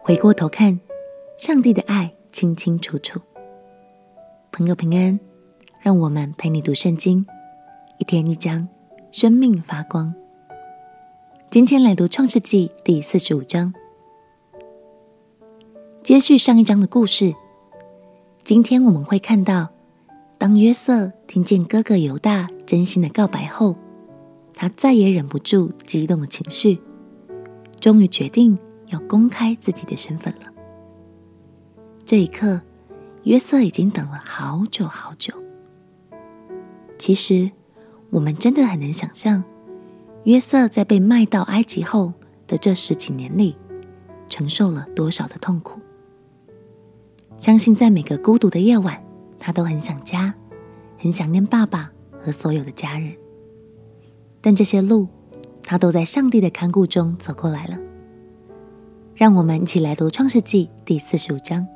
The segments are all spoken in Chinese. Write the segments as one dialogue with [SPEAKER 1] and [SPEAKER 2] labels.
[SPEAKER 1] 回过头看，上帝的爱清清楚楚。朋友平安，让我们陪你读圣经，一天一章，生命发光。今天来读创世纪第45章，接续上一章的故事。今天我们会看到，当约瑟听见哥哥犹大真心的告白后，他再也忍不住激动的情绪，终于决定要公开自己的身份了。这一刻，约瑟已经等了好久好久。其实，我们真的很难想象，约瑟在被卖到埃及后的这10几年里，承受了多少的痛苦。相信在每个孤独的夜晚，他都很想家，很想念爸爸和所有的家人。但这些路，他都在上帝的看顾中走过来了。让我们一起来读创世纪第45章。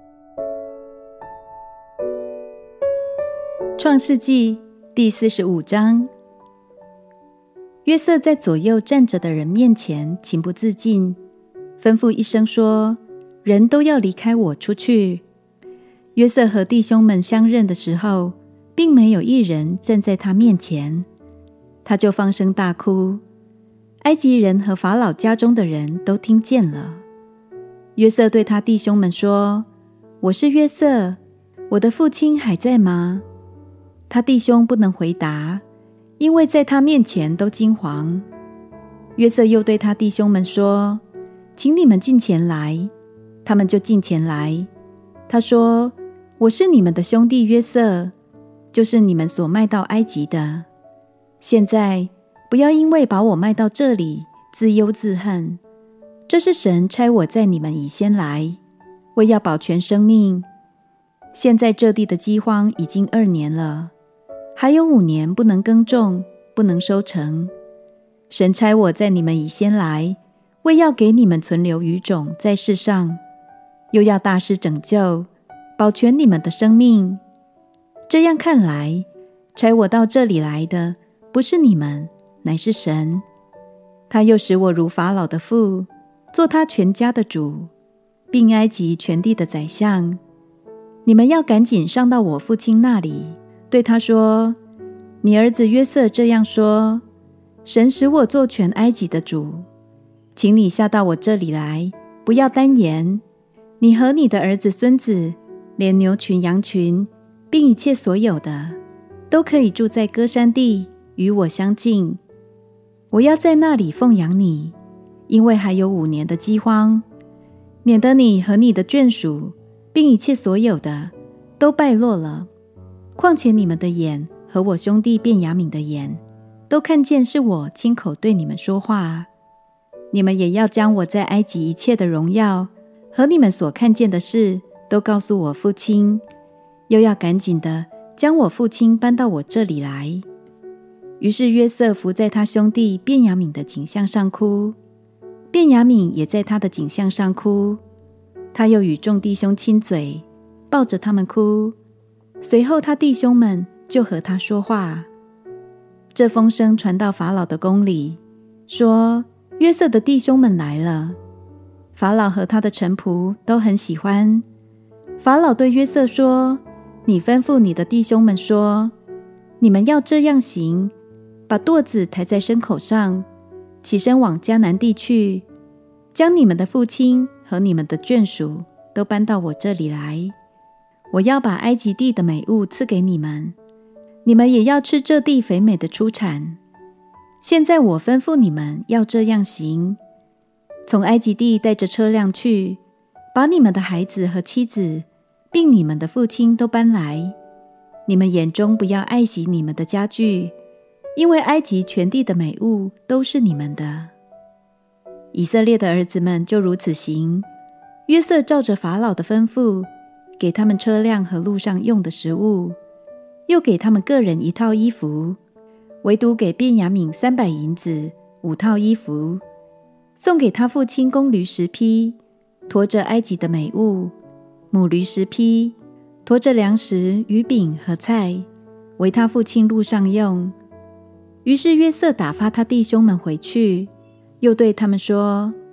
[SPEAKER 2] 创世纪第45章，约瑟在左右站着的人面前情不自禁，吩咐一声说：人都要离开我出去。约瑟和弟兄们相认的时候，并没有一人站在他面前，他就放声大哭。埃及人和法老家中的人都听见了。约瑟对他弟兄们说：我是约瑟，我的父亲还在吗？他弟兄不能回答，因为在他面前都惊惶。约瑟又对他弟兄们说：请你们近前来。他们就近前来。他说：我是你们的兄弟约瑟，就是你们所卖到埃及的。现在不要因为把我卖到这里自忧自恨，这是神差我在你们以先来，为要保全生命。现在这地的饥荒已经2年了，还有5年不能耕种，不能收成。神差我在你们以先来，为要给你们存留余种在世上，又要大施拯救，保全你们的生命。这样看来，差我到这里来的不是你们，乃是神。他又使我如法老的父，做他全家的主，并埃及全地的宰相。你们要赶紧上到我父亲那里，对他说：你儿子约瑟这样说，神使我做全埃及的主，请你下到我这里来，不要单言。你和你的儿子孙子，连牛群羊群，并一切所有的，都可以住在歌珊地，与我相近。我要在那里奉养你，因为还有5年的饥荒，免得你和你的眷属，并一切所有的，都败落了。况且你们的眼和我兄弟便雅悯的眼，都看见是我亲口对你们说话。你们也要将我在埃及一切的荣耀和你们所看见的事都告诉我父亲，又要赶紧的将我父亲搬到我这里来。于是约瑟伏在他兄弟便雅悯的颈项上哭，便雅悯也在他的颈项上哭。他又与众弟兄亲嘴，抱着他们哭。随后他弟兄们就和他说话。这风声传到法老的宫里，说约瑟的弟兄们来了。法老和他的臣仆都很喜欢。法老对约瑟说：你吩咐你的弟兄们说，你们要这样行，把舵子抬在牲口上，起身往迦南地去，将你们的父亲和你们的眷属都搬到我这里来。我要把埃及地的美物赐给你们，你们也要吃这地肥美的出产。现在我吩咐你们要这样行，从埃及地带着车辆去，把你们的孩子和妻子，并你们的父亲都搬来。你们眼中不要爱惜你们的家具，因为埃及全地的美物都是你们的。以色列的儿子们就如此行。约瑟照着法老的吩咐，给他们车辆和路上用的食物，又给他们个人1套衣服，唯独给便雅悯300银子5套衣服，送给他父亲公驴10匹，驮着埃及的美物；母驴10匹，驮着粮食、鱼饼和菜，为他父亲路上用。于是约瑟打发他弟兄们回去，又对他们说：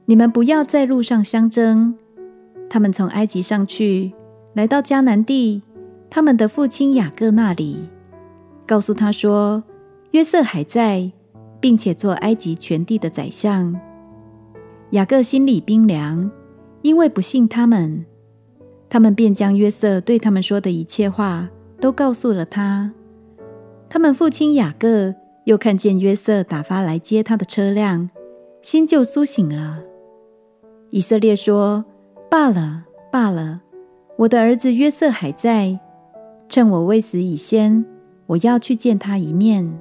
[SPEAKER 2] 你们不要在路上相争。他们从埃及上去，来到迦南地，他们的父亲雅各那里，告诉他说，约瑟还在，并且做埃及全地的宰相。雅各心里冰凉，因为不信他们。他们便将约瑟对他们说的一切话都告诉了他。他们父亲雅各又看见约瑟打发来接他的车辆，心就苏醒了。以色列说，罢了，罢了，我的儿子约瑟还在，趁我未死以先，我要去见他一面。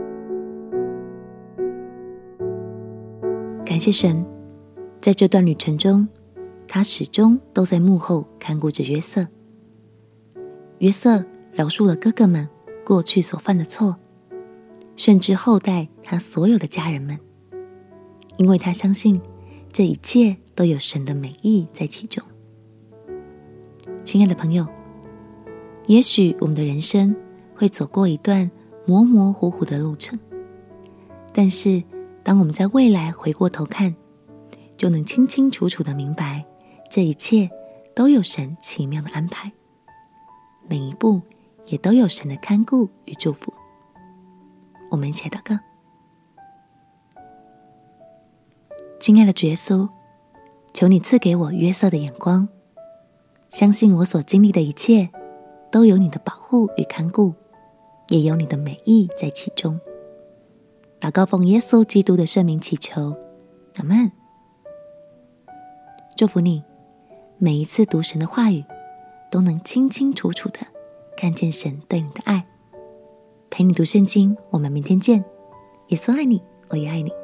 [SPEAKER 1] 感谢神，在这段旅程中，他始终都在幕后看顾着约瑟。约瑟饶恕了哥哥们过去所犯的错，甚至厚待他所有的家人们，因为他相信这一切都有神的美意在其中。亲爱的朋友，也许我们的人生会走过一段模模糊糊的路程，但是当我们在未来回过头看，就能清清楚楚地明白，这一切都有神奇妙的安排，每一步也都有神的看顾与祝福。我们一起祷告。亲爱的主耶稣，求你赐给我约瑟的眼光，相信我所经历的一切都有你的保护与看顾，也有你的美意在其中。祷告奉耶稣基督的圣名祈求，阿们。祝福你，每一次读神的话语，都能清清楚楚地看见神对你的爱。陪你读圣经，我们明天见。耶稣爱你，我也爱你。